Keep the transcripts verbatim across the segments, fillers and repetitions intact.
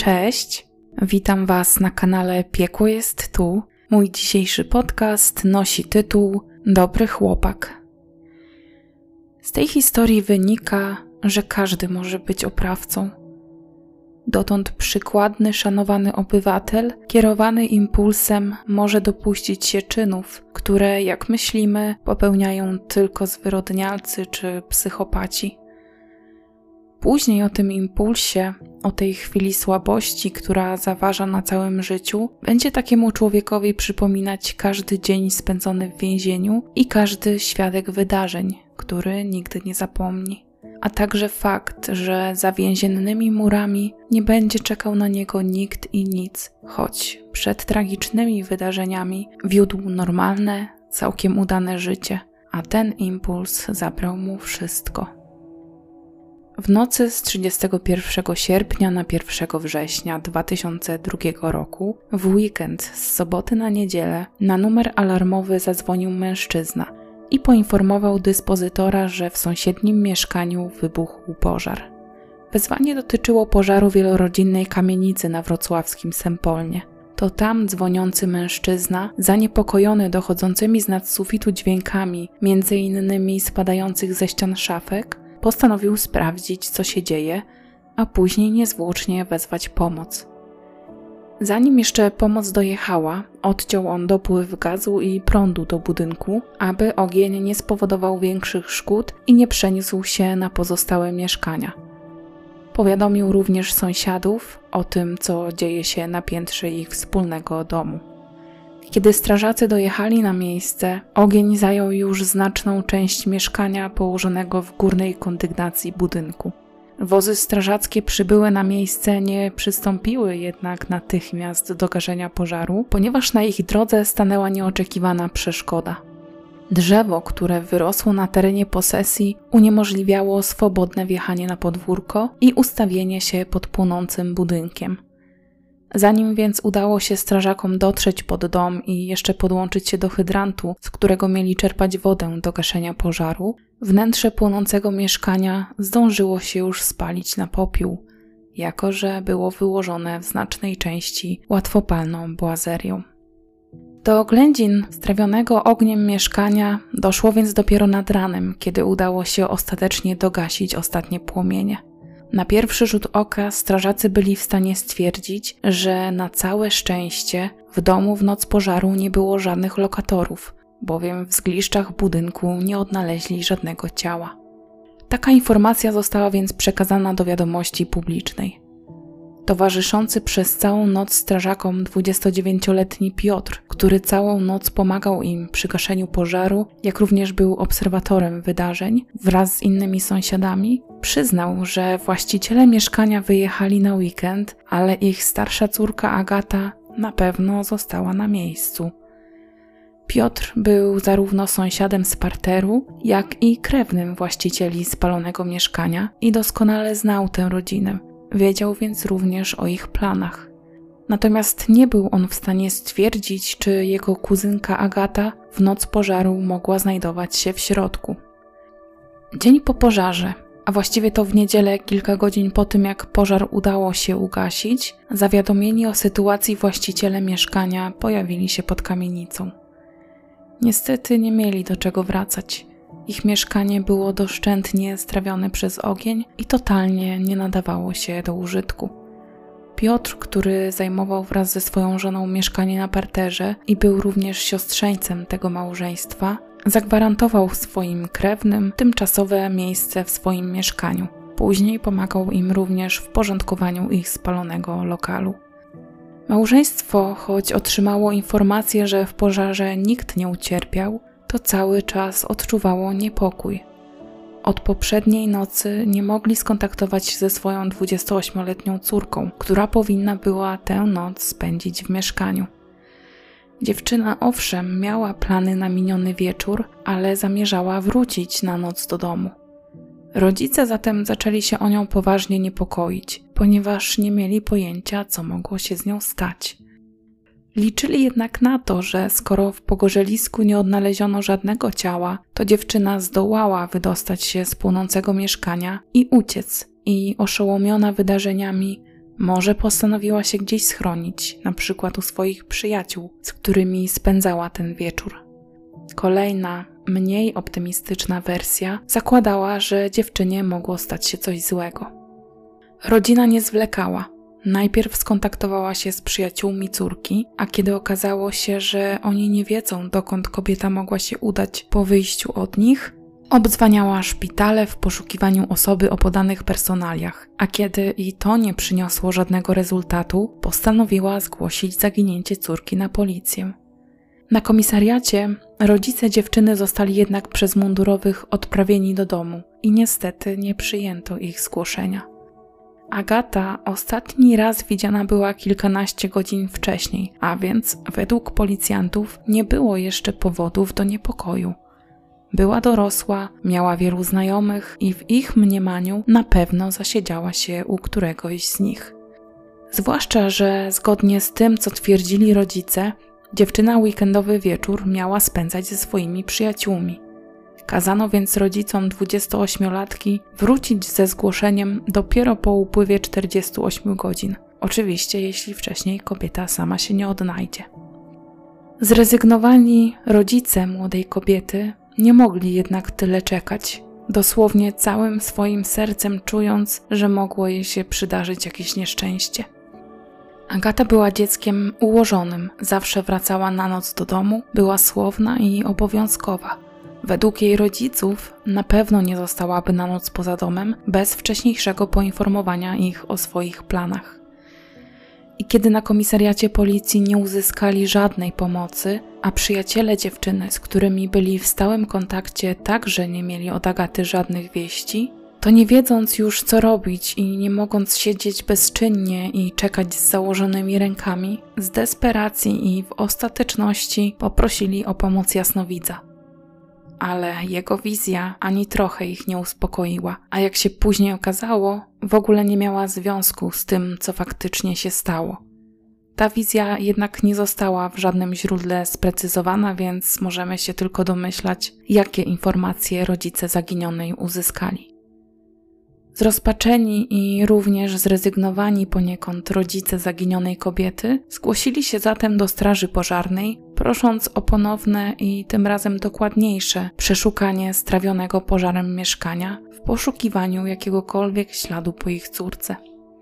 Cześć, witam Was na kanale Piekło jest tu. Mój dzisiejszy podcast nosi tytuł Dobry chłopak. Z tej historii wynika, że każdy może być oprawcą. Dotąd przykładny, szanowany obywatel, kierowany impulsem, może dopuścić się czynów, które, jak myślimy, popełniają tylko zwyrodnialcy czy psychopaci. Później o tym impulsie, o tej chwili słabości, która zaważa na całym życiu, będzie takiemu człowiekowi przypominać każdy dzień spędzony w więzieniu i każdy świadek wydarzeń, który nigdy nie zapomni. A także fakt, że za więziennymi murami nie będzie czekał na niego nikt i nic, choć przed tragicznymi wydarzeniami wiódł normalne, całkiem udane życie, a ten impuls zabrał mu wszystko. W nocy z trzydziestego pierwszego sierpnia na pierwszego września dwa tysiące drugiego roku, w weekend z soboty na niedzielę, na numer alarmowy zadzwonił mężczyzna i poinformował dyspozytora, że w sąsiednim mieszkaniu wybuchł pożar. Wezwanie dotyczyło pożaru wielorodzinnej kamienicy na wrocławskim Sempolnie. To tam dzwoniący mężczyzna, zaniepokojony dochodzącymi z nad sufitu dźwiękami, między innymi spadających ze ścian szafek, postanowił sprawdzić, co się dzieje, a później niezwłocznie wezwać pomoc. Zanim jeszcze pomoc dojechała, odciął on dopływ gazu i prądu do budynku, aby ogień nie spowodował większych szkód i nie przeniósł się na pozostałe mieszkania. Powiadomił również sąsiadów o tym, co dzieje się na piętrze ich wspólnego domu. Kiedy strażacy dojechali na miejsce, ogień zajął już znaczną część mieszkania położonego w górnej kondygnacji budynku. Wozy strażackie przybyłe na miejsce nie przystąpiły jednak natychmiast do gaszenia pożaru, ponieważ na ich drodze stanęła nieoczekiwana przeszkoda. Drzewo, które wyrosło na terenie posesji, uniemożliwiało swobodne wjechanie na podwórko i ustawienie się pod płonącym budynkiem. Zanim więc udało się strażakom dotrzeć pod dom i jeszcze podłączyć się do hydrantu, z którego mieli czerpać wodę do gaszenia pożaru, wnętrze płonącego mieszkania zdążyło się już spalić na popiół, jako że było wyłożone w znacznej części łatwopalną boazerią. Do oględzin strawionego ogniem mieszkania doszło więc dopiero nad ranem, kiedy udało się ostatecznie dogasić ostatnie płomienie. Na pierwszy rzut oka strażacy byli w stanie stwierdzić, że na całe szczęście w domu w noc pożaru nie było żadnych lokatorów, bowiem w zgliszczach budynku nie odnaleźli żadnego ciała. Taka informacja została więc przekazana do wiadomości publicznej. Towarzyszący przez całą noc strażakom dwudziestodziewięcioletni Piotr, który całą noc pomagał im przy gaszeniu pożaru, jak również był obserwatorem wydarzeń wraz z innymi sąsiadami, przyznał, że właściciele mieszkania wyjechali na weekend, ale ich starsza córka Agata na pewno została na miejscu. Piotr był zarówno sąsiadem z parteru, jak i krewnym właścicieli spalonego mieszkania i doskonale znał tę rodzinę. Wiedział więc również o ich planach. Natomiast nie był on w stanie stwierdzić, czy jego kuzynka Agata w noc pożaru mogła znajdować się w środku. Dzień po pożarze, a właściwie to w niedzielę kilka godzin po tym, jak pożar udało się ugasić, zawiadomieni o sytuacji właściciele mieszkania pojawili się pod kamienicą. Niestety nie mieli do czego wracać. Ich mieszkanie było doszczętnie strawione przez ogień i totalnie nie nadawało się do użytku. Piotr, który zajmował wraz ze swoją żoną mieszkanie na parterze i był również siostrzeńcem tego małżeństwa, zagwarantował swoim krewnym tymczasowe miejsce w swoim mieszkaniu. Później pomagał im również w porządkowaniu ich spalonego lokalu. Małżeństwo, choć otrzymało informację, że w pożarze nikt nie ucierpiał, to cały czas odczuwało niepokój. Od poprzedniej nocy nie mogli skontaktować się ze swoją dwudziestoośmioletnią córką, która powinna była tę noc spędzić w mieszkaniu. Dziewczyna owszem miała plany na miniony wieczór, ale zamierzała wrócić na noc do domu. Rodzice zatem zaczęli się o nią poważnie niepokoić, ponieważ nie mieli pojęcia, co mogło się z nią stać. Liczyli jednak na to, że skoro w pogorzelisku nie odnaleziono żadnego ciała, to dziewczyna zdołała wydostać się z płonącego mieszkania i uciec i oszołomiona wydarzeniami Może postanowiła się gdzieś schronić, na przykład u swoich przyjaciół, z którymi spędzała ten wieczór. Kolejna, mniej optymistyczna wersja zakładała, że dziewczynie mogło stać się coś złego. Rodzina nie zwlekała. Najpierw skontaktowała się z przyjaciółmi córki, a kiedy okazało się, że oni nie wiedzą, dokąd kobieta mogła się udać po wyjściu od nich, obdzwaniała szpitale w poszukiwaniu osoby o podanych personaliach, a kiedy i to nie przyniosło żadnego rezultatu, postanowiła zgłosić zaginięcie córki na policję. Na komisariacie rodzice dziewczyny zostali jednak przez mundurowych odprawieni do domu i niestety nie przyjęto ich zgłoszenia. Agata ostatni raz widziana była kilkanaście godzin wcześniej, a więc według policjantów nie było jeszcze powodów do niepokoju. Była dorosła, miała wielu znajomych i w ich mniemaniu na pewno zasiedziała się u któregoś z nich. Zwłaszcza, że zgodnie z tym, co twierdzili rodzice, dziewczyna weekendowy wieczór miała spędzać ze swoimi przyjaciółmi. Kazano więc rodzicom dwudziestoośmiolatki wrócić ze zgłoszeniem dopiero po upływie czterdziestu ośmiu godzin. Oczywiście, jeśli wcześniej kobieta sama się nie odnajdzie. Zrezygnowani rodzice młodej kobiety nie mogli jednak tyle czekać, dosłownie całym swoim sercem czując, że mogło jej się przydarzyć jakieś nieszczęście. Agata była dzieckiem ułożonym, zawsze wracała na noc do domu, była słowna i obowiązkowa. Według jej rodziców na pewno nie zostałaby na noc poza domem bez wcześniejszego poinformowania ich o swoich planach. I kiedy na komisariacie policji nie uzyskali żadnej pomocy, a przyjaciele dziewczyny, z którymi byli w stałym kontakcie, także nie mieli od Agaty żadnych wieści, to nie wiedząc już co robić i nie mogąc siedzieć bezczynnie i czekać z założonymi rękami, z desperacji i w ostateczności poprosili o pomoc jasnowidza. Ale jego wizja ani trochę ich nie uspokoiła, a jak się później okazało, w ogóle nie miała związku z tym, co faktycznie się stało. Ta wizja jednak nie została w żadnym źródle sprecyzowana, więc możemy się tylko domyślać, jakie informacje rodzice zaginionej uzyskali. Zrozpaczeni i również zrezygnowani poniekąd rodzice zaginionej kobiety zgłosili się zatem do straży pożarnej, prosząc o ponowne i tym razem dokładniejsze przeszukanie strawionego pożarem mieszkania w poszukiwaniu jakiegokolwiek śladu po ich córce.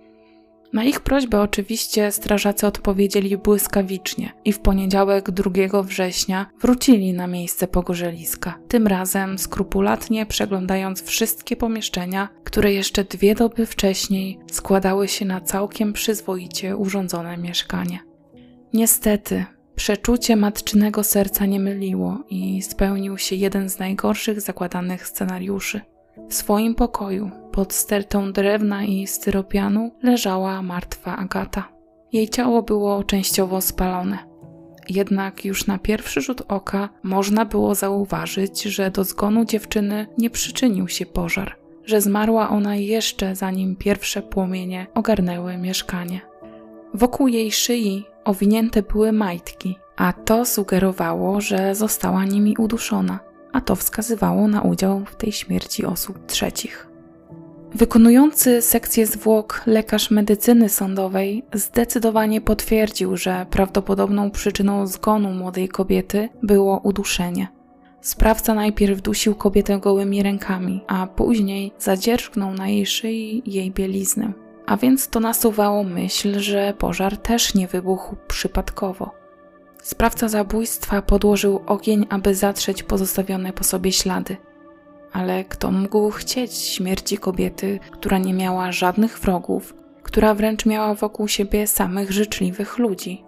Na ich prośbę oczywiście strażacy odpowiedzieli błyskawicznie i w poniedziałek drugiego września wrócili na miejsce pogorzeliska, tym razem skrupulatnie przeglądając wszystkie pomieszczenia, które jeszcze dwie doby wcześniej składały się na całkiem przyzwoicie urządzone mieszkanie. Niestety, przeczucie matczynego serca nie myliło i spełnił się jeden z najgorszych zakładanych scenariuszy. W swoim pokoju, pod stertą drewna i styropianu, leżała martwa Agata. Jej ciało było częściowo spalone. Jednak już na pierwszy rzut oka można było zauważyć, że do zgonu dziewczyny nie przyczynił się pożar, że zmarła ona jeszcze zanim pierwsze płomienie ogarnęły mieszkanie. Wokół jej szyi owinięte były majtki, a to sugerowało, że została nimi uduszona. A to wskazywało na udział w tej śmierci osób trzecich. Wykonujący sekcję zwłok lekarz medycyny sądowej zdecydowanie potwierdził, że prawdopodobną przyczyną zgonu młodej kobiety było uduszenie. Sprawca najpierw dusił kobietę gołymi rękami, a później zadzierżgnął na jej szyi jej bieliznę. A więc to nasuwało myśl, że pożar też nie wybuchł przypadkowo. Sprawca zabójstwa podłożył ogień, aby zatrzeć pozostawione po sobie ślady. Ale kto mógł chcieć śmierci kobiety, która nie miała żadnych wrogów, która wręcz miała wokół siebie samych życzliwych ludzi?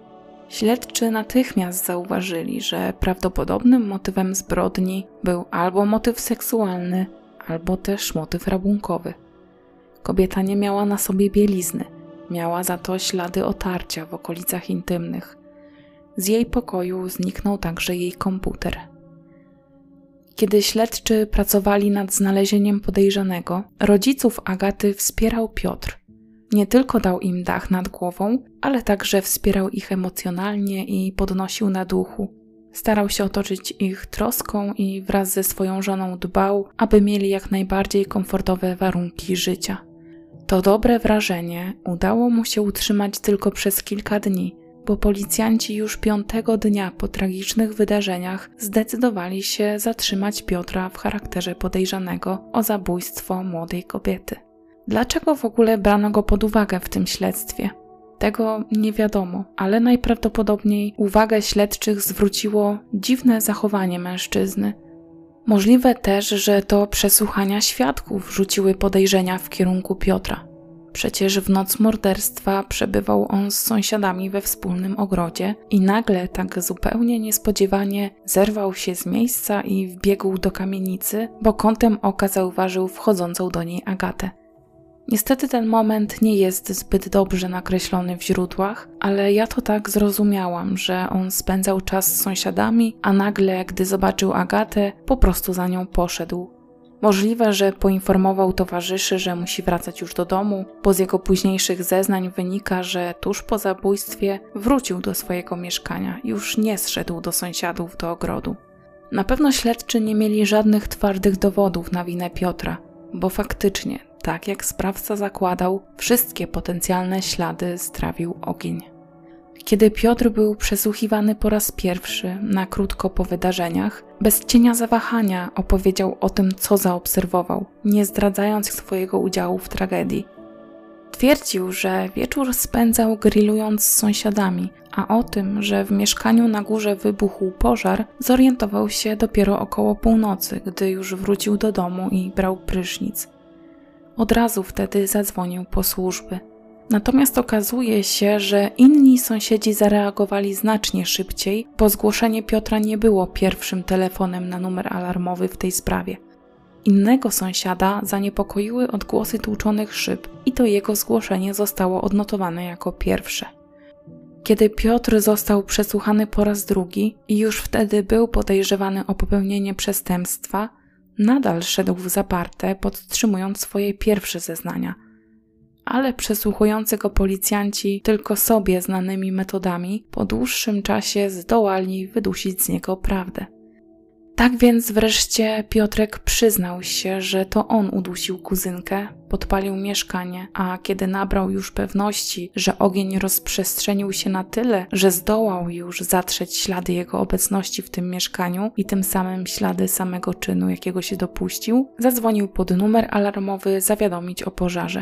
Śledczy natychmiast zauważyli, że prawdopodobnym motywem zbrodni był albo motyw seksualny, albo też motyw rabunkowy. Kobieta nie miała na sobie bielizny, miała za to ślady otarcia w okolicach intymnych. Z jej pokoju zniknął także jej komputer. Kiedy śledczy pracowali nad znalezieniem podejrzanego, rodziców Agaty wspierał Piotr. Nie tylko dał im dach nad głową, ale także wspierał ich emocjonalnie i podnosił na duchu. Starał się otoczyć ich troską i wraz ze swoją żoną dbał, aby mieli jak najbardziej komfortowe warunki życia. To dobre wrażenie udało mu się utrzymać tylko przez kilka dni, bo policjanci już piątego dnia po tragicznych wydarzeniach zdecydowali się zatrzymać Piotra w charakterze podejrzanego o zabójstwo młodej kobiety. Dlaczego w ogóle brano go pod uwagę w tym śledztwie? Tego nie wiadomo, ale najprawdopodobniej uwagę śledczych zwróciło dziwne zachowanie mężczyzny. Możliwe też, że to przesłuchania świadków rzuciły podejrzenia w kierunku Piotra. Przecież w noc morderstwa przebywał on z sąsiadami we wspólnym ogrodzie i nagle, tak zupełnie niespodziewanie, zerwał się z miejsca i wbiegł do kamienicy, bo kątem oka zauważył wchodzącą do niej Agatę. Niestety ten moment nie jest zbyt dobrze nakreślony w źródłach, ale ja to tak zrozumiałam, że on spędzał czas z sąsiadami, a nagle, gdy zobaczył Agatę, po prostu za nią poszedł. Możliwe, że poinformował towarzyszy, że musi wracać już do domu, bo z jego późniejszych zeznań wynika, że tuż po zabójstwie wrócił do swojego mieszkania, już nie zszedł do sąsiadów do ogrodu. Na pewno śledczy nie mieli żadnych twardych dowodów na winę Piotra, bo faktycznie, tak jak sprawca zakładał, wszystkie potencjalne ślady strawił ogień. Kiedy Piotr był przesłuchiwany po raz pierwszy, na krótko po wydarzeniach, bez cienia zawahania opowiedział o tym, co zaobserwował, nie zdradzając swojego udziału w tragedii. Twierdził, że wieczór spędzał grillując z sąsiadami, a o tym, że w mieszkaniu na górze wybuchł pożar, zorientował się dopiero około północy, gdy już wrócił do domu i brał prysznic. Od razu wtedy zadzwonił po służby. Natomiast okazuje się, że inni sąsiedzi zareagowali znacznie szybciej, bo zgłoszenie Piotra nie było pierwszym telefonem na numer alarmowy w tej sprawie. Innego sąsiada zaniepokoiły odgłosy tłuczonych szyb i to jego zgłoszenie zostało odnotowane jako pierwsze. Kiedy Piotr został przesłuchany po raz drugi i już wtedy był podejrzewany o popełnienie przestępstwa, nadal szedł w zaparte, podtrzymując swoje pierwsze zeznania. Ale przesłuchujący go policjanci tylko sobie znanymi metodami po dłuższym czasie zdołali wydusić z niego prawdę. Tak więc wreszcie Piotrek przyznał się, że to on udusił kuzynkę, podpalił mieszkanie, a kiedy nabrał już pewności, że ogień rozprzestrzenił się na tyle, że zdołał już zatrzeć ślady jego obecności w tym mieszkaniu i tym samym ślady samego czynu, jakiego się dopuścił, zadzwonił pod numer alarmowy zawiadomić o pożarze.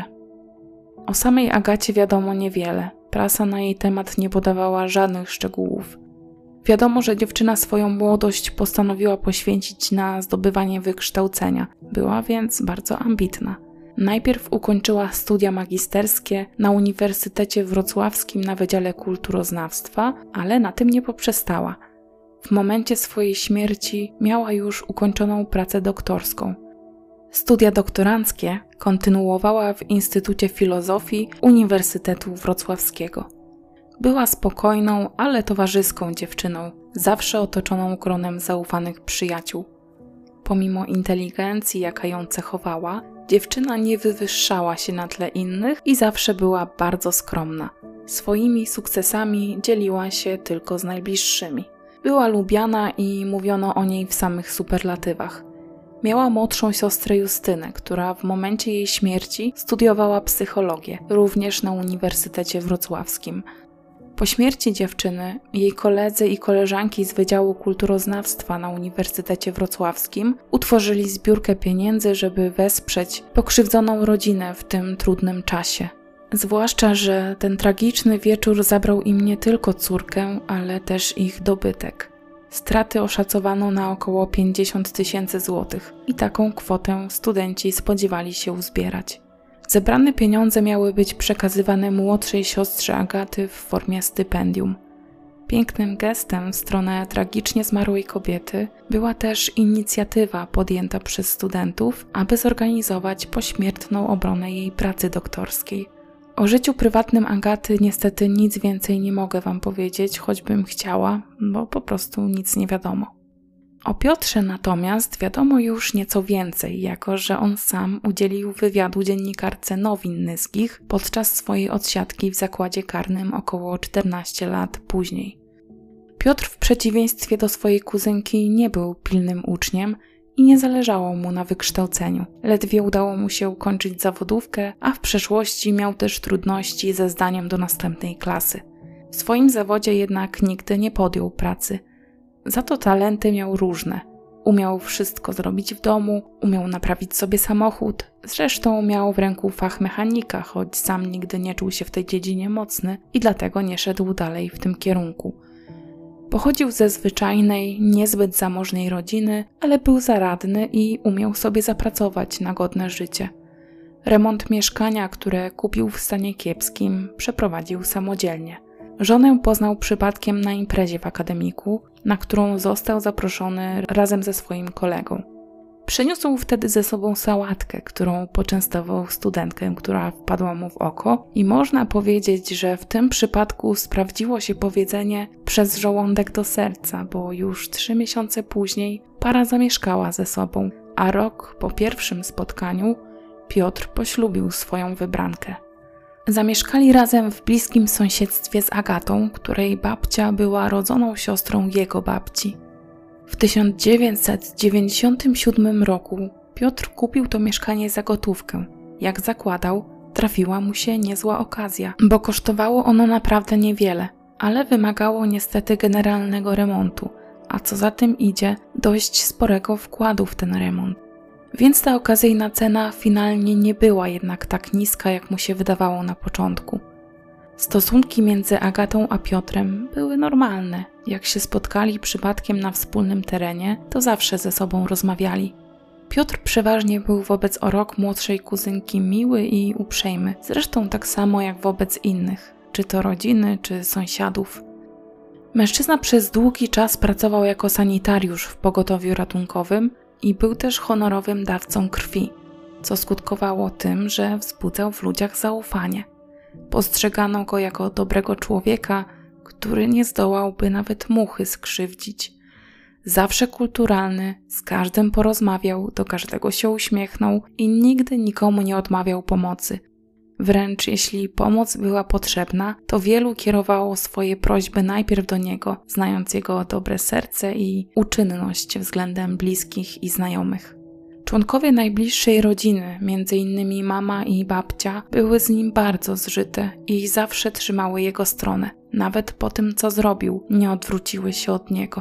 O samej Agacie wiadomo niewiele. Prasa na jej temat nie podawała żadnych szczegółów. Wiadomo, że dziewczyna swoją młodość postanowiła poświęcić na zdobywanie wykształcenia. Była więc bardzo ambitna. Najpierw ukończyła studia magisterskie na Uniwersytecie Wrocławskim na Wydziale Kulturoznawstwa, ale na tym nie poprzestała. W momencie swojej śmierci miała już ukończoną pracę doktorską. Studia doktoranckie kontynuowała w Instytucie Filozofii Uniwersytetu Wrocławskiego. Była spokojną, ale towarzyską dziewczyną, zawsze otoczoną gronem zaufanych przyjaciół. Pomimo inteligencji, jaka ją cechowała, dziewczyna nie wywyższała się na tle innych i zawsze była bardzo skromna. Swoimi sukcesami dzieliła się tylko z najbliższymi. Była lubiana i mówiono o niej w samych superlatywach. Miała młodszą siostrę Justynę, która w momencie jej śmierci studiowała psychologię, również na Uniwersytecie Wrocławskim. Po śmierci dziewczyny, jej koledzy i koleżanki z Wydziału Kulturoznawstwa na Uniwersytecie Wrocławskim utworzyli zbiórkę pieniędzy, żeby wesprzeć pokrzywdzoną rodzinę w tym trudnym czasie. Zwłaszcza, że ten tragiczny wieczór zabrał im nie tylko córkę, ale też ich dobytek. Straty oszacowano na około pięćdziesiąt tysięcy złotych i taką kwotę studenci spodziewali się uzbierać. Zebrane pieniądze miały być przekazywane młodszej siostrze Agaty w formie stypendium. Pięknym gestem w stronę tragicznie zmarłej kobiety była też inicjatywa podjęta przez studentów, aby zorganizować pośmiertną obronę jej pracy doktorskiej. O życiu prywatnym Agaty niestety nic więcej nie mogę wam powiedzieć, choćbym chciała, bo po prostu nic nie wiadomo. O Piotrze natomiast wiadomo już nieco więcej, jako że on sam udzielił wywiadu dziennikarce Nowin Nyskich podczas swojej odsiadki w zakładzie karnym około czternaście lat później. Piotr w przeciwieństwie do swojej kuzynki nie był pilnym uczniem i nie zależało mu na wykształceniu. Ledwie udało mu się ukończyć zawodówkę, a w przeszłości miał też trudności ze zdaniem do następnej klasy. W swoim zawodzie jednak nigdy nie podjął pracy. Za to talenty miał różne. Umiał wszystko zrobić w domu, umiał naprawić sobie samochód, zresztą miał w ręku fach mechanika, choć sam nigdy nie czuł się w tej dziedzinie mocny i dlatego nie szedł dalej w tym kierunku. Pochodził ze zwyczajnej, niezbyt zamożnej rodziny, ale był zaradny i umiał sobie zapracować na godne życie. Remont mieszkania, które kupił w stanie kiepskim, przeprowadził samodzielnie. Żonę poznał przypadkiem na imprezie w akademiku, na którą został zaproszony razem ze swoim kolegą. Przyniósł wtedy ze sobą sałatkę, którą poczęstował studentkę, która wpadła mu w oko i można powiedzieć, że w tym przypadku sprawdziło się powiedzenie przez żołądek do serca, bo już trzy miesiące później para zamieszkała ze sobą, a rok po pierwszym spotkaniu Piotr poślubił swoją wybrankę. Zamieszkali razem w bliskim sąsiedztwie z Agatą, której babcia była rodzoną siostrą jego babci. W tysiąc dziewięćset dziewięćdziesiątym siódmym roku Piotr kupił to mieszkanie za gotówkę. Jak zakładał, trafiła mu się niezła okazja, bo kosztowało ono naprawdę niewiele, ale wymagało niestety generalnego remontu, a co za tym idzie, dość sporego wkładu w ten remont. Więc ta okazyjna cena finalnie nie była jednak tak niska, jak mu się wydawało na początku. Stosunki między Agatą a Piotrem były normalne. Jak się spotkali przypadkiem na wspólnym terenie, to zawsze ze sobą rozmawiali. Piotr przeważnie był wobec o rok młodszej kuzynki miły i uprzejmy, zresztą tak samo jak wobec innych, czy to rodziny, czy sąsiadów. Mężczyzna przez długi czas pracował jako sanitariusz w pogotowiu ratunkowym i był też honorowym dawcą krwi, co skutkowało tym, że wzbudzał w ludziach zaufanie. Postrzegano go jako dobrego człowieka, który nie zdołałby nawet muchy skrzywdzić. Zawsze kulturalny, z każdym porozmawiał, do każdego się uśmiechnął i nigdy nikomu nie odmawiał pomocy. Wręcz jeśli pomoc była potrzebna, to wielu kierowało swoje prośby najpierw do niego, znając jego dobre serce i uczynność względem bliskich i znajomych. Członkowie najbliższej rodziny, między innymi mama i babcia, były z nim bardzo zżyte i zawsze trzymały jego stronę. Nawet po tym, co zrobił, nie odwróciły się od niego.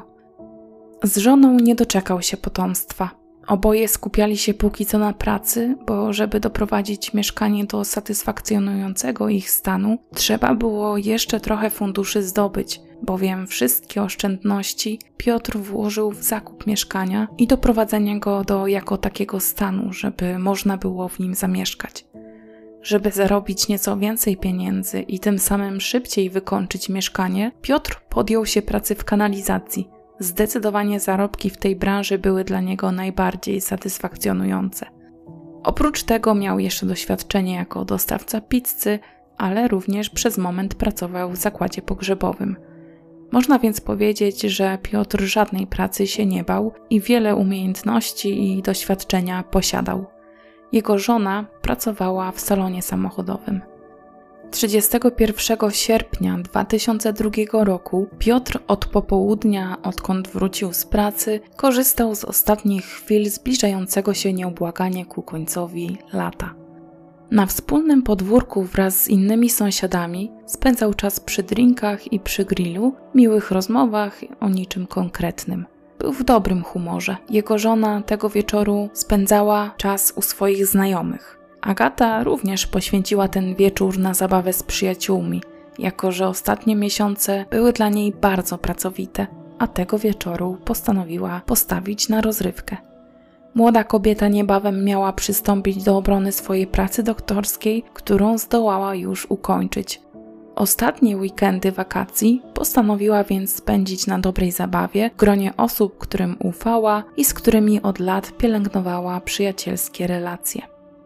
Z żoną nie doczekał się potomstwa. Oboje skupiali się póki co na pracy, bo żeby doprowadzić mieszkanie do satysfakcjonującego ich stanu, trzeba było jeszcze trochę funduszy zdobyć, bowiem wszystkie oszczędności Piotr włożył w zakup mieszkania i doprowadzenie go do jako takiego stanu, żeby można było w nim zamieszkać. Żeby zarobić nieco więcej pieniędzy i tym samym szybciej wykończyć mieszkanie, Piotr podjął się pracy w kanalizacji. Zdecydowanie zarobki w tej branży były dla niego najbardziej satysfakcjonujące. Oprócz tego miał jeszcze doświadczenie jako dostawca pizzy, ale również przez moment pracował w zakładzie pogrzebowym. Można więc powiedzieć, że Piotr żadnej pracy się nie bał i wiele umiejętności i doświadczenia posiadał. Jego żona pracowała w salonie samochodowym. trzydziestego pierwszego sierpnia dwa tysiące drugiego roku Piotr od popołudnia, odkąd wrócił z pracy, korzystał z ostatnich chwil zbliżającego się nieubłaganie ku końcowi lata. Na wspólnym podwórku wraz z innymi sąsiadami spędzał czas przy drinkach i przy grillu, miłych rozmowach o niczym konkretnym. Był w dobrym humorze. Jego żona tego wieczoru spędzała czas u swoich znajomych. Agata również poświęciła ten wieczór na zabawę z przyjaciółmi, jako że ostatnie miesiące były dla niej bardzo pracowite, a tego wieczoru postanowiła postawić na rozrywkę. Młoda kobieta niebawem miała przystąpić do obrony swojej pracy doktorskiej, którą zdołała już ukończyć. Ostatnie weekendy wakacji postanowiła więc spędzić na dobrej zabawie w gronie osób, którym ufała i z którymi od lat pielęgnowała przyjacielskie relacje.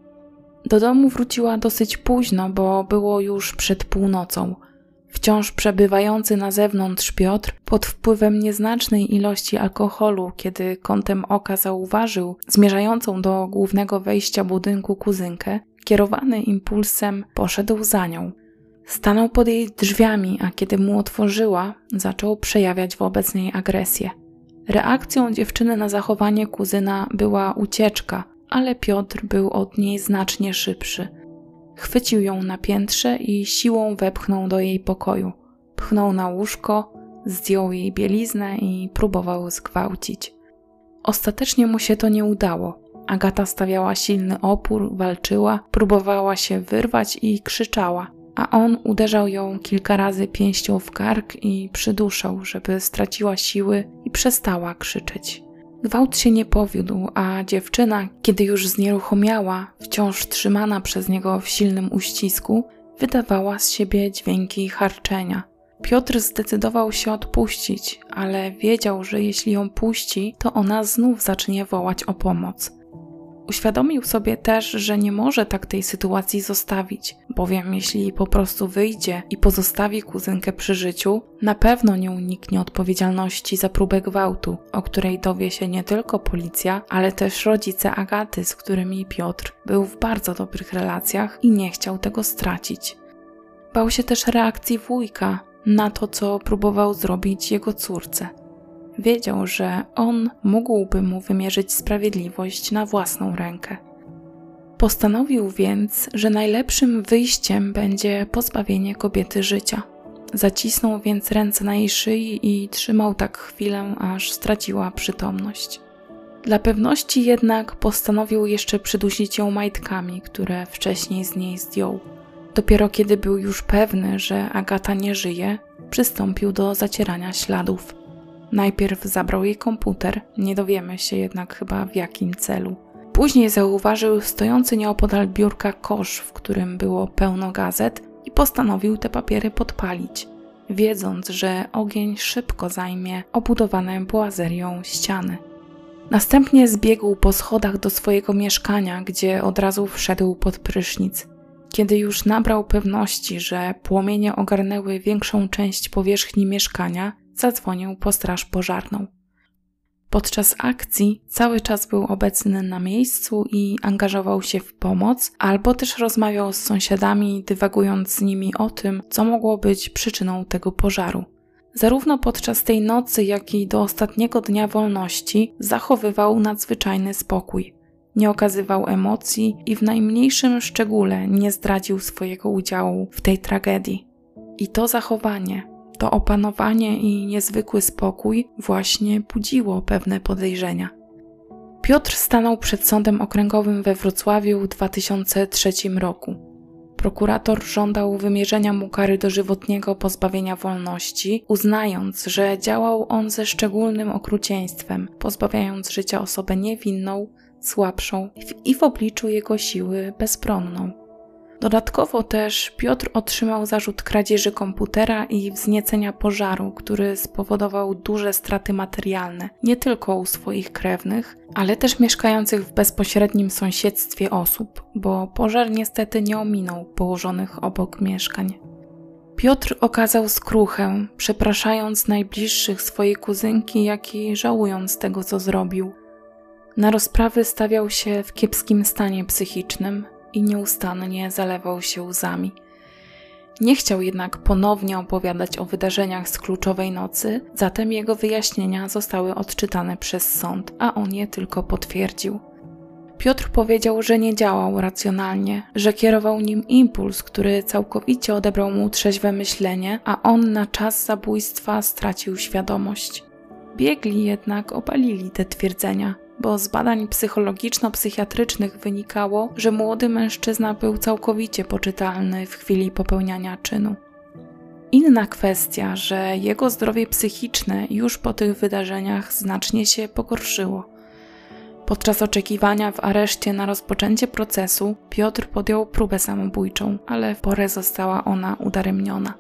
Do domu wróciła dosyć późno, bo było już przed północą. Wciąż przebywający na zewnątrz Piotr, pod wpływem nieznacznej ilości alkoholu, kiedy kątem oka zauważył zmierzającą do głównego wejścia budynku kuzynkę, kierowany impulsem poszedł za nią. Stanął pod jej drzwiami, a kiedy mu otworzyła, zaczął przejawiać wobec niej agresję. Reakcją dziewczyny na zachowanie kuzyna była ucieczka, ale Piotr był od niej znacznie szybszy. Chwycił ją na piętrze i siłą wepchnął do jej pokoju. Pchnął na łóżko, zdjął jej bieliznę i próbował zgwałcić. Ostatecznie mu się to nie udało. Agata stawiała silny opór, walczyła, próbowała się wyrwać i krzyczała, a on uderzał ją kilka razy pięścią w kark i przyduszał, żeby straciła siły i przestała krzyczeć. Gwałt się nie powiódł, a dziewczyna, kiedy już znieruchomiała, wciąż trzymana przez niego w silnym uścisku, wydawała z siebie dźwięki charczenia. Piotr zdecydował się odpuścić, ale wiedział, że jeśli ją puści, to ona znów zacznie wołać o pomoc. Uświadomił sobie też, że nie może tak tej sytuacji zostawić, bowiem jeśli po prostu wyjdzie i pozostawi kuzynkę przy życiu, na pewno nie uniknie odpowiedzialności za próbę gwałtu, o której dowie się nie tylko policja, ale też rodzice Agaty, z którymi Piotr był w bardzo dobrych relacjach i nie chciał tego stracić. Bał się też reakcji wujka na to, co próbował zrobić jego córce. Wiedział, że on mógłby mu wymierzyć sprawiedliwość na własną rękę. Postanowił więc, że najlepszym wyjściem będzie pozbawienie kobiety życia. Zacisnął więc ręce na jej szyi i trzymał tak chwilę, aż straciła przytomność. Dla pewności jednak postanowił jeszcze przydusić ją majtkami, które wcześniej z niej zdjął. Dopiero kiedy był już pewny, że Agata nie żyje, przystąpił do zacierania śladów. Najpierw zabrał jej komputer, nie dowiemy się jednak chyba w jakim celu. Później zauważył stojący nieopodal biurka kosz, w którym było pełno gazet i postanowił te papiery podpalić, wiedząc, że ogień szybko zajmie obudowane boazerią ściany. Następnie zbiegł po schodach do swojego mieszkania, gdzie od razu wszedł pod prysznic. Kiedy już nabrał pewności, że płomienie ogarnęły większą część powierzchni mieszkania, zadzwonił po straż pożarną. Podczas akcji cały czas był obecny na miejscu i angażował się w pomoc, albo też rozmawiał z sąsiadami, dywagując z nimi o tym, co mogło być przyczyną tego pożaru. Zarówno podczas tej nocy, jak i do ostatniego dnia wolności zachowywał nadzwyczajny spokój. Nie okazywał emocji i w najmniejszym szczególe nie zdradził swojego udziału w tej tragedii. I to zachowanie, to opanowanie i niezwykły spokój właśnie budziło pewne podejrzenia. Piotr stanął przed sądem okręgowym we Wrocławiu w dwa tysiące trzecim roku. Prokurator żądał wymierzenia mu kary dożywotniego pozbawienia wolności, uznając, że działał on ze szczególnym okrucieństwem, pozbawiając życia osobę niewinną, słabszą i w obliczu jego siły bezbronną. Dodatkowo też Piotr otrzymał zarzut kradzieży komputera i wzniecenia pożaru, który spowodował duże straty materialne, nie tylko u swoich krewnych, ale też mieszkających w bezpośrednim sąsiedztwie osób, bo pożar niestety nie ominął położonych obok mieszkań. Piotr okazał skruchę, przepraszając najbliższych swojej kuzynki, jak i żałując tego, co zrobił. Na rozprawy stawiał się w kiepskim stanie psychicznym i nieustannie zalewał się łzami. Nie chciał jednak ponownie opowiadać o wydarzeniach z kluczowej nocy, zatem jego wyjaśnienia zostały odczytane przez sąd, a on je tylko potwierdził. Piotr powiedział, że nie działał racjonalnie, że kierował nim impuls, który całkowicie odebrał mu trzeźwe myślenie, a on na czas zabójstwa stracił świadomość. Biegli jednak obalili te twierdzenia, bo z badań psychologiczno-psychiatrycznych wynikało, że młody mężczyzna był całkowicie poczytalny w chwili popełniania czynu. Inna kwestia, że jego zdrowie psychiczne już po tych wydarzeniach znacznie się pogorszyło. Podczas oczekiwania w areszcie na rozpoczęcie procesu Piotr podjął próbę samobójczą, ale w porę została ona udaremniona.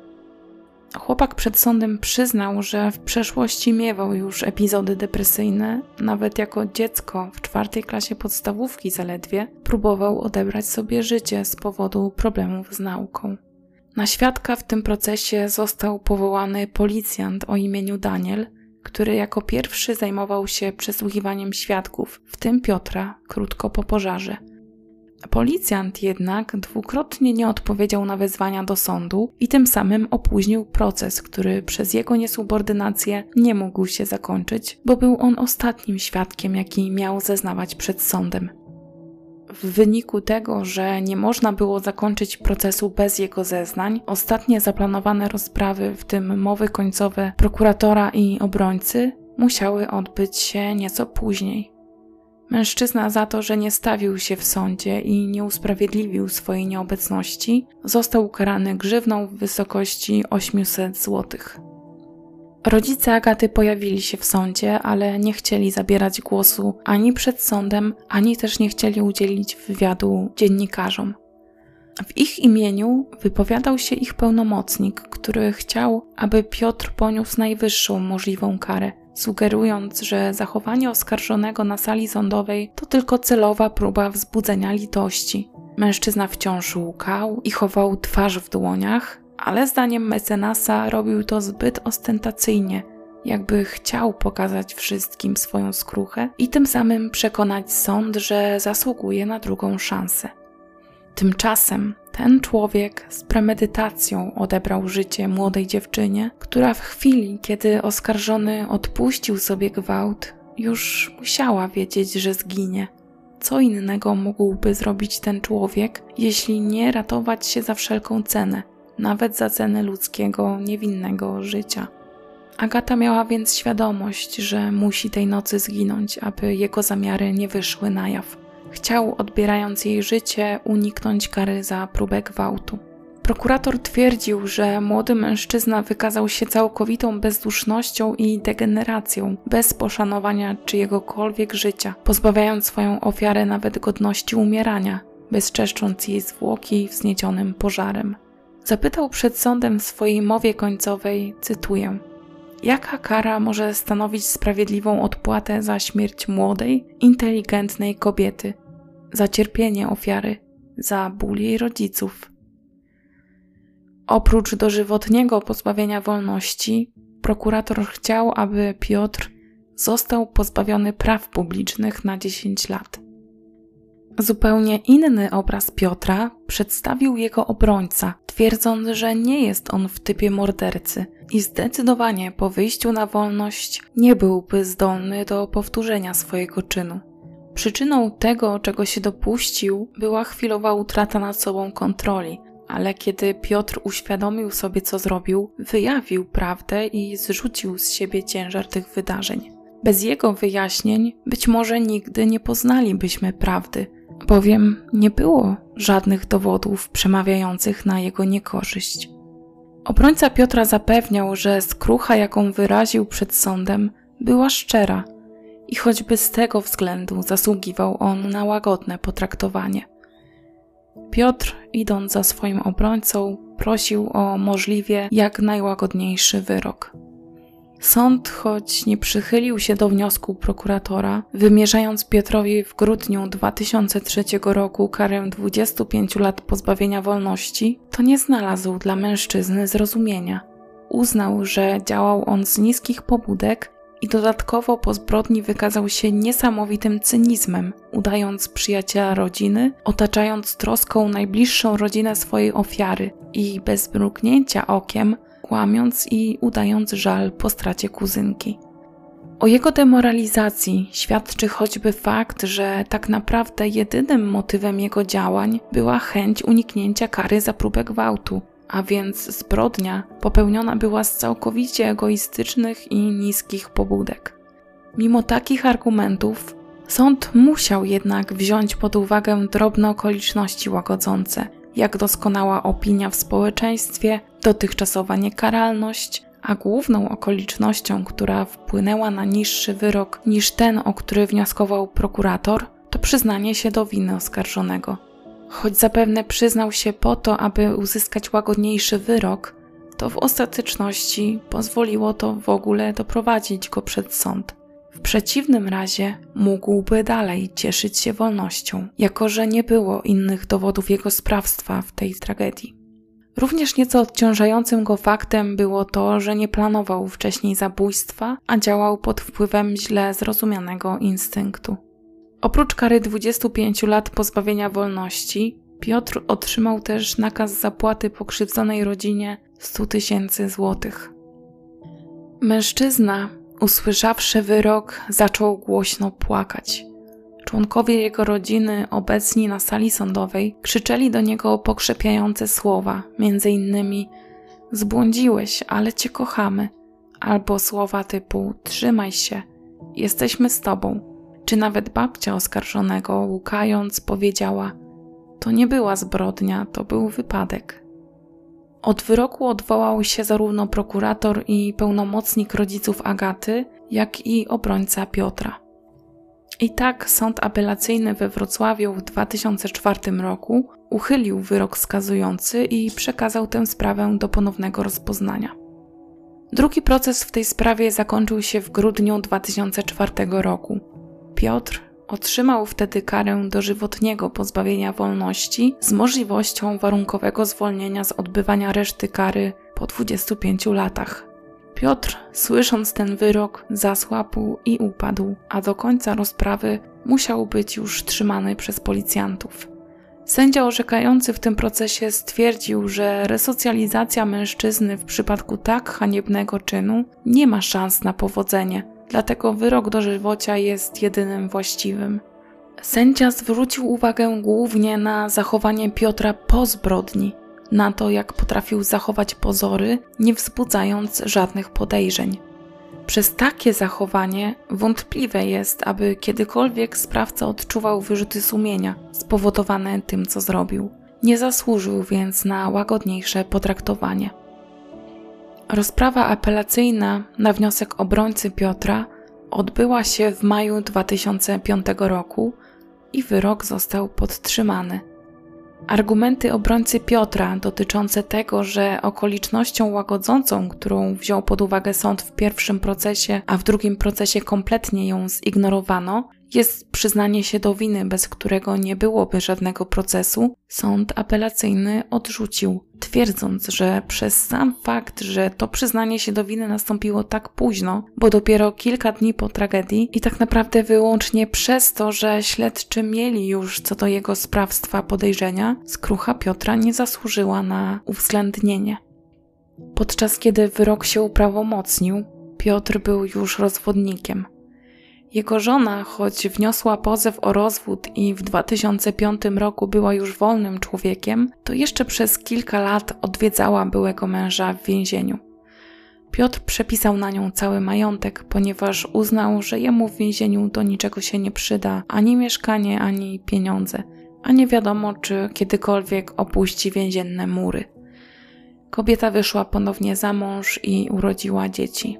Chłopak przed sądem przyznał, że w przeszłości miewał już epizody depresyjne, nawet jako dziecko w czwartej klasie podstawówki zaledwie próbował odebrać sobie życie z powodu problemów z nauką. Na świadka w tym procesie został powołany policjant o imieniu Daniel, który jako pierwszy zajmował się przesłuchiwaniem świadków, w tym Piotra, krótko po pożarze. Policjant jednak dwukrotnie nie odpowiedział na wezwania do sądu i tym samym opóźnił proces, który przez jego niesubordynację nie mógł się zakończyć, bo był on ostatnim świadkiem, jaki miał zeznawać przed sądem. W wyniku tego, że nie można było zakończyć procesu bez jego zeznań, ostatnie zaplanowane rozprawy, w tym mowy końcowe prokuratora i obrońcy, musiały odbyć się nieco później. Mężczyzna za to, że nie stawił się w sądzie i nie usprawiedliwił swojej nieobecności, został ukarany grzywną w wysokości osiemset złotych. Rodzice Agaty pojawili się w sądzie, ale nie chcieli zabierać głosu ani przed sądem, ani też nie chcieli udzielić wywiadu dziennikarzom. W ich imieniu wypowiadał się ich pełnomocnik, który chciał, aby Piotr poniósł najwyższą możliwą karę, sugerując, że zachowanie oskarżonego na sali sądowej to tylko celowa próba wzbudzenia litości. Mężczyzna wciąż łkał i chował twarz w dłoniach, ale zdaniem mecenasa robił to zbyt ostentacyjnie, jakby chciał pokazać wszystkim swoją skruchę i tym samym przekonać sąd, że zasługuje na drugą szansę. Tymczasem ten człowiek z premedytacją odebrał życie młodej dziewczynie, która w chwili, kiedy oskarżony odpuścił sobie gwałt, już musiała wiedzieć, że zginie. Co innego mógłby zrobić ten człowiek, jeśli nie ratować się za wszelką cenę, nawet za cenę ludzkiego, niewinnego życia. Agata miała więc świadomość, że musi tej nocy zginąć, aby jego zamiary nie wyszły na jaw. Chciał, odbierając jej życie, uniknąć kary za próbę gwałtu. Prokurator twierdził, że młody mężczyzna wykazał się całkowitą bezdusznością i degeneracją, bez poszanowania czyjegokolwiek życia, pozbawiając swoją ofiarę nawet godności umierania, bezczeszcząc jej zwłoki wzniecionym pożarem. Zapytał przed sądem w swojej mowie końcowej, cytuję: jaka kara może stanowić sprawiedliwą odpłatę za śmierć młodej, inteligentnej kobiety, za cierpienie ofiary, za ból jej rodziców? Oprócz dożywotniego pozbawienia wolności, prokurator chciał, aby Piotr został pozbawiony praw publicznych na dziesięć lat. Zupełnie inny obraz Piotra przedstawił jego obrońca, twierdząc, że nie jest on w typie mordercy i zdecydowanie po wyjściu na wolność nie byłby zdolny do powtórzenia swojego czynu. Przyczyną tego, czego się dopuścił, była chwilowa utrata nad sobą kontroli, ale kiedy Piotr uświadomił sobie, co zrobił, wyjawił prawdę i zrzucił z siebie ciężar tych wydarzeń. Bez jego wyjaśnień być może nigdy nie poznalibyśmy prawdy, bowiem nie było żadnych dowodów przemawiających na jego niekorzyść. Obrońca Piotra zapewniał, że skrucha, jaką wyraził przed sądem, była szczera i choćby z tego względu zasługiwał on na łagodne potraktowanie. Piotr, idąc za swoim obrońcą, prosił o możliwie jak najłagodniejszy wyrok. Sąd, choć nie przychylił się do wniosku prokuratora, wymierzając Piotrowi w grudniu dwa tysiące trzeciego roku karę dwudziestu pięciu lat pozbawienia wolności, to nie znalazł dla mężczyzny zrozumienia. Uznał, że działał on z niskich pobudek i dodatkowo po zbrodni wykazał się niesamowitym cynizmem, udając przyjaciela rodziny, otaczając troską najbliższą rodzinę swojej ofiary i bez mrugnięcia okiem kłamiąc i udając żal po stracie kuzynki. O jego demoralizacji świadczy choćby fakt, że tak naprawdę jedynym motywem jego działań była chęć uniknięcia kary za próbę gwałtu, a więc zbrodnia popełniona była z całkowicie egoistycznych i niskich pobudek. Mimo takich argumentów sąd musiał jednak wziąć pod uwagę drobne okoliczności łagodzące, jak doskonała opinia w społeczeństwie, dotychczasowa niekaralność, a główną okolicznością, która wpłynęła na niższy wyrok niż ten, o który wnioskował prokurator, to przyznanie się do winy oskarżonego. Choć zapewne przyznał się po to, aby uzyskać łagodniejszy wyrok, to w ostateczności pozwoliło to w ogóle doprowadzić go przed sąd. W przeciwnym razie mógłby dalej cieszyć się wolnością, jako że nie było innych dowodów jego sprawstwa w tej tragedii. Również nieco odciążającym go faktem było to, że nie planował wcześniej zabójstwa, a działał pod wpływem źle zrozumianego instynktu. Oprócz kary dwudziestu pięciu lat pozbawienia wolności, Piotr otrzymał też nakaz zapłaty pokrzywdzonej rodzinie stu tysięcy złotych. Mężczyzna, usłyszawszy wyrok, zaczął głośno płakać. Członkowie jego rodziny, obecni na sali sądowej, krzyczeli do niego pokrzepiające słowa, między innymi: zbłądziłeś, ale cię kochamy, albo słowa typu: trzymaj się, jesteśmy z tobą. Czy nawet babcia oskarżonego, łukając, powiedziała: to nie była zbrodnia, to był wypadek. Od wyroku odwołał się zarówno prokurator i pełnomocnik rodziców Agaty, jak i obrońca Piotra. I tak sąd apelacyjny we Wrocławiu w dwa tysiące czwartym roku uchylił wyrok skazujący i przekazał tę sprawę do ponownego rozpoznania. Drugi proces w tej sprawie zakończył się w grudniu dwa tysiące czwartego roku. Piotr otrzymał wtedy karę dożywotniego pozbawienia wolności z możliwością warunkowego zwolnienia z odbywania reszty kary po dwudziestu pięciu latach. Piotr, słysząc ten wyrok, zasłabł i upadł, a do końca rozprawy musiał być już trzymany przez policjantów. Sędzia orzekający w tym procesie stwierdził, że resocjalizacja mężczyzny w przypadku tak haniebnego czynu nie ma szans na powodzenie, dlatego wyrok dożywocia jest jedynym właściwym. Sędzia zwrócił uwagę głównie na zachowanie Piotra po zbrodni, na to, jak potrafił zachować pozory, nie wzbudzając żadnych podejrzeń. Przez takie zachowanie wątpliwe jest, aby kiedykolwiek sprawca odczuwał wyrzuty sumienia spowodowane tym, co zrobił. Nie zasłużył więc na łagodniejsze potraktowanie. Rozprawa apelacyjna na wniosek obrońcy Piotra odbyła się w maju dwa tysiące piątego roku i wyrok został podtrzymany. Argumenty obrońcy Piotra dotyczące tego, że okolicznością łagodzącą, którą wziął pod uwagę sąd w pierwszym procesie, a w drugim procesie kompletnie ją zignorowano, jest przyznanie się do winy, bez którego nie byłoby żadnego procesu, sąd apelacyjny odrzucił, twierdząc, że przez sam fakt, że to przyznanie się do winy nastąpiło tak późno, bo dopiero kilka dni po tragedii i tak naprawdę wyłącznie przez to, że śledczy mieli już co do jego sprawstwa podejrzenia, skrucha Piotra nie zasłużyła na uwzględnienie. Podczas kiedy wyrok się uprawomocnił, Piotr był już rozwodnikiem. Jego żona, choć wniosła pozew o rozwód i w dwa tysiące piątym roku była już wolnym człowiekiem, to jeszcze przez kilka lat odwiedzała byłego męża w więzieniu. Piotr przepisał na nią cały majątek, ponieważ uznał, że jemu w więzieniu do niczego się nie przyda ani mieszkanie, ani pieniądze, a nie wiadomo, czy kiedykolwiek opuści więzienne mury. Kobieta wyszła ponownie za mąż i urodziła dzieci.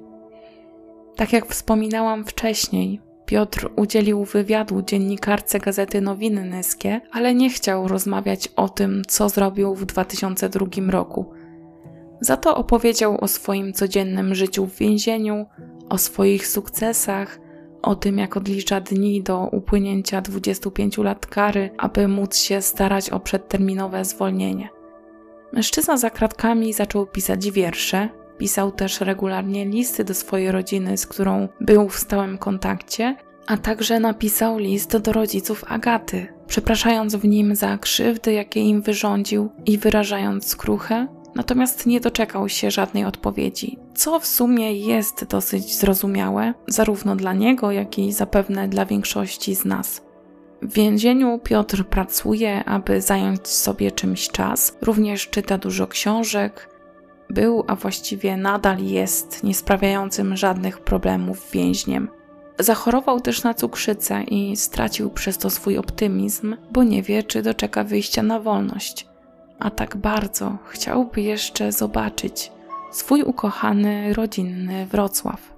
Tak jak wspominałam wcześniej, Piotr udzielił wywiadu dziennikarce gazety Nowiny Nyskie, ale nie chciał rozmawiać o tym, co zrobił w dwa tysiące drugim roku. Za to opowiedział o swoim codziennym życiu w więzieniu, o swoich sukcesach, o tym, jak odlicza dni do upłynięcia dwudziestu pięciu lat kary, aby móc się starać o przedterminowe zwolnienie. Mężczyzna za kratkami zaczął pisać wiersze. Pisał też regularnie listy do swojej rodziny, z którą był w stałym kontakcie, a także napisał list do rodziców Agaty, przepraszając w nim za krzywdy, jakie im wyrządził i wyrażając skruchę, natomiast nie doczekał się żadnej odpowiedzi, co w sumie jest dosyć zrozumiałe, zarówno dla niego, jak i zapewne dla większości z nas. W więzieniu Piotr pracuje, aby zająć sobie czymś czas, również czyta dużo książek. Był, a właściwie nadal jest, niesprawiającym żadnych problemów więźniem. Zachorował też na cukrzycę i stracił przez to swój optymizm, bo nie wie, czy doczeka wyjścia na wolność. A tak bardzo chciałby jeszcze zobaczyć swój ukochany, rodzinny Wrocław.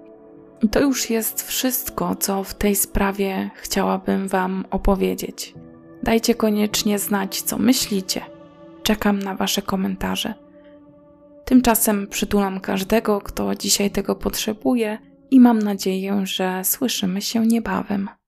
I to już jest wszystko, co w tej sprawie chciałabym Wam opowiedzieć. Dajcie koniecznie znać, co myślicie. Czekam na Wasze komentarze. Tymczasem przytulam każdego, kto dzisiaj tego potrzebuje i mam nadzieję, że słyszymy się niebawem.